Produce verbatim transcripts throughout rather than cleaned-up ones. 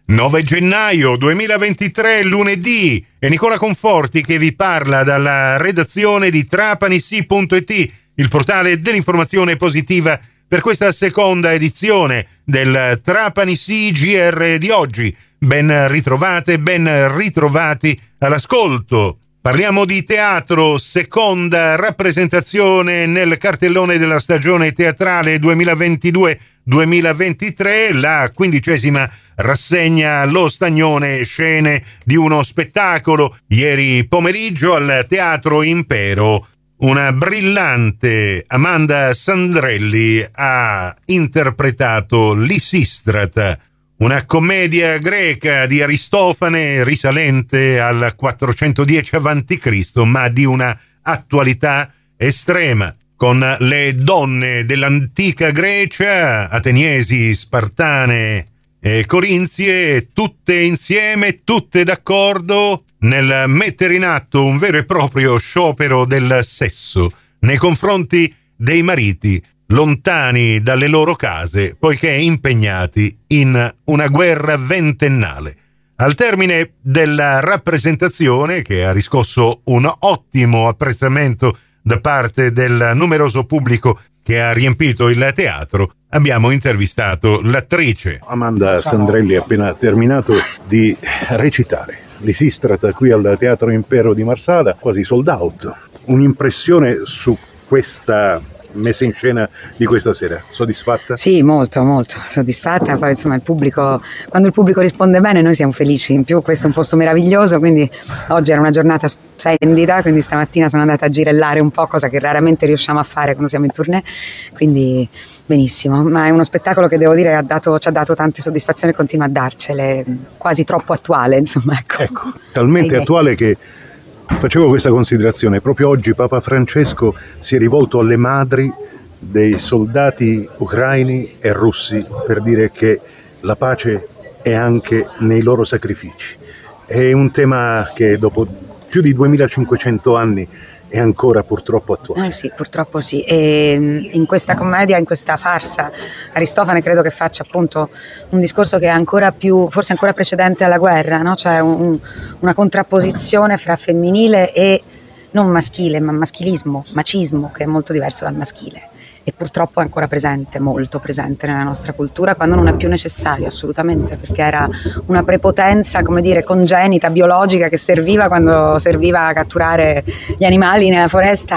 nove gennaio duemilaventitré, lunedì, è Nicola Conforti che vi parla dalla redazione di Trapanissi punto it, il portale dell'informazione positiva, per questa seconda edizione del Trapanissi G R di oggi. Ben ritrovate, ben ritrovati all'ascolto. Parliamo di teatro, seconda rappresentazione nel cartellone della stagione teatrale duemilaventidue duemilaventitré, la quindicesima rassegna Lo Stagnone, scene di uno spettacolo. Ieri pomeriggio al Teatro Impero una brillante Amanda Sandrelli ha interpretato Lisistrata, una commedia greca di Aristofane risalente al quattrocentodieci avanti Cristo, ma di una attualità estrema, con le donne dell'antica Grecia, ateniesi, spartane e corinzie, tutte insieme, tutte d'accordo nel mettere in atto un vero e proprio sciopero del sesso nei confronti dei mariti lontani dalle loro case, poiché impegnati in una guerra ventennale. Al termine della rappresentazione, che ha riscosso un ottimo apprezzamento da parte del numeroso pubblico che ha riempito il teatro, abbiamo intervistato l'attrice. Amanda Sandrelli ha appena terminato di recitare Lisistrata qui al Teatro Impero di Marsala, quasi sold out. Un'impressione su questa messa in scena di questa sera? Soddisfatta? Sì, molto, molto soddisfatta. Poi insomma il pubblico, quando il pubblico risponde bene noi siamo felici. In più questo è un posto meraviglioso, quindi oggi era una giornata splendida, quindi stamattina sono andata a girellare un po', cosa che raramente riusciamo a fare quando siamo in tournée, quindi benissimo. Ma è uno spettacolo che devo dire ha dato, ci ha dato tante soddisfazioni e continua a darcele, quasi troppo attuale, insomma. Ecco, ecco talmente Ahimè. attuale che facevo questa considerazione. Proprio oggi Papa Francesco si è rivolto alle madri dei soldati ucraini e russi per dire che la pace è anche nei loro sacrifici. È un tema che dopo più di duemilacinquecento anni è ancora purtroppo attuale. Eh sì, purtroppo sì. E in questa commedia, in questa farsa, Aristofane credo che faccia appunto un discorso che è ancora più, forse ancora precedente alla guerra, no? Cioè un, una contrapposizione fra femminile e non maschile, ma maschilismo, macismo, che è molto diverso dal maschile. E purtroppo è ancora presente, molto presente nella nostra cultura, quando non è più necessario assolutamente, perché era una prepotenza, come dire, congenita, biologica, che serviva quando serviva a catturare gli animali nella foresta.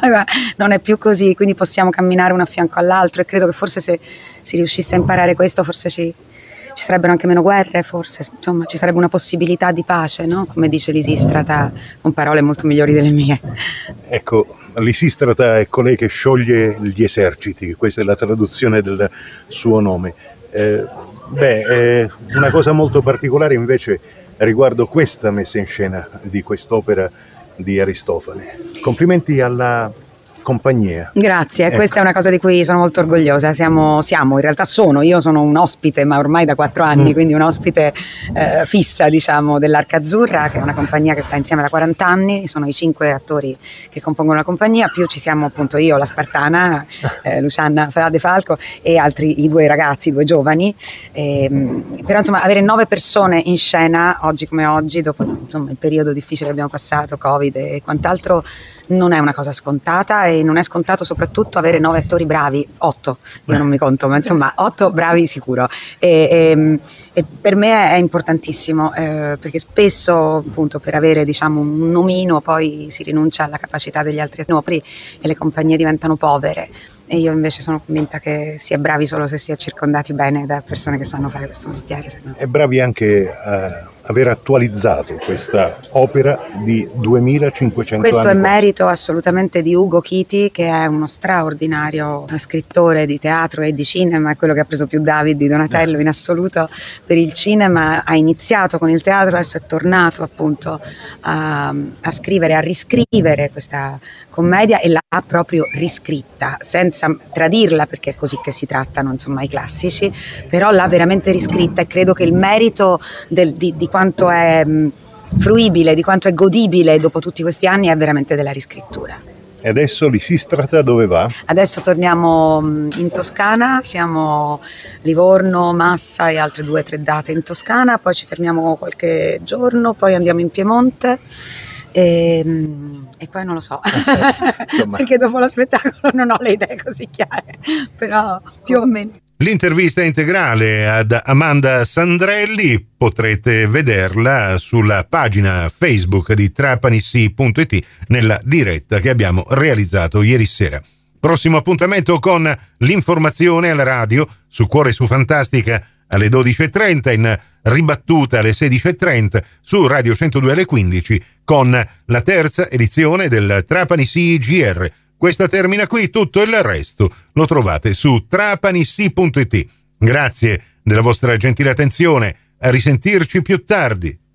Non è più così, quindi possiamo camminare uno a fianco all'altro, e credo che forse se si riuscisse a imparare questo forse ci, ci sarebbero anche meno guerre, forse, insomma ci sarebbe una possibilità di pace, no? Come dice Lisistrata, con parole molto migliori delle mie. Ecco, Lisistrata è colei che scioglie gli eserciti, questa è la traduzione del suo nome. Eh, beh, eh, una cosa molto particolare invece riguardo questa messa in scena di quest'opera di Aristofane. Complimenti alla compagnia. Grazie, ecco. Questa è una cosa di cui sono molto orgogliosa. Siamo, siamo in realtà sono, io sono un ospite, ma ormai da quattro anni, mm. quindi un ospite eh, fissa, diciamo, dell'Arca Azzurra, che è una compagnia che sta insieme da quaranta anni. Sono i cinque attori che compongono la compagnia, più ci siamo appunto io, la Spartana, eh, Luciana De Falco, e altri i due ragazzi, i due giovani. E, però insomma avere nove persone in scena oggi come oggi, dopo insomma il periodo difficile che abbiamo passato, Covid e quant'altro, non è una cosa scontata, e non è scontato soprattutto avere nove attori bravi, otto, io non mi conto, ma insomma otto bravi sicuro, e, e, e per me è importantissimo, eh, perché spesso appunto per avere diciamo un nomino poi si rinuncia alla capacità degli altri attori e le compagnie diventano povere. E io invece sono convinta che si è bravi solo se si è circondati bene da persone che sanno fare questo mestiere. Se no. E bravi anche a aver attualizzato questa opera di duemilacinquecento Questo anni. Questo è merito assolutamente di Ugo Chiti, che è uno straordinario scrittore di teatro e di cinema, è quello che ha preso più David di Donatello in assoluto per il cinema. Ha iniziato con il teatro, adesso è tornato appunto a, a scrivere, a riscrivere questa commedia, e l'ha proprio riscritta senza tradirla, perché è così che si trattano insomma i classici, però l'ha veramente riscritta, e credo che il merito del, di, di quanto è mh, fruibile, di quanto è godibile dopo tutti questi anni è veramente della riscrittura. E adesso l'Isistrata dove va? Adesso torniamo in Toscana, siamo Livorno, Massa e altre due o tre date in Toscana, poi ci fermiamo qualche giorno, poi andiamo in Piemonte e, e poi non lo so, perché dopo lo spettacolo non ho le idee così chiare, però più o meno. L'intervista integrale ad Amanda Sandrelli potrete vederla sulla pagina Facebook di Trapanissi punto it nella diretta che abbiamo realizzato ieri sera. Prossimo appuntamento con l'informazione alla radio su Cuore su Fantastica alle dodici e trenta, in ribattuta alle sedici e trenta su Radio centodue alle quindici con la terza edizione del Trapanissi G R. Questa termina qui, tutto il resto lo trovate su Trapanissi punto it. Grazie della vostra gentile attenzione, a risentirci più tardi.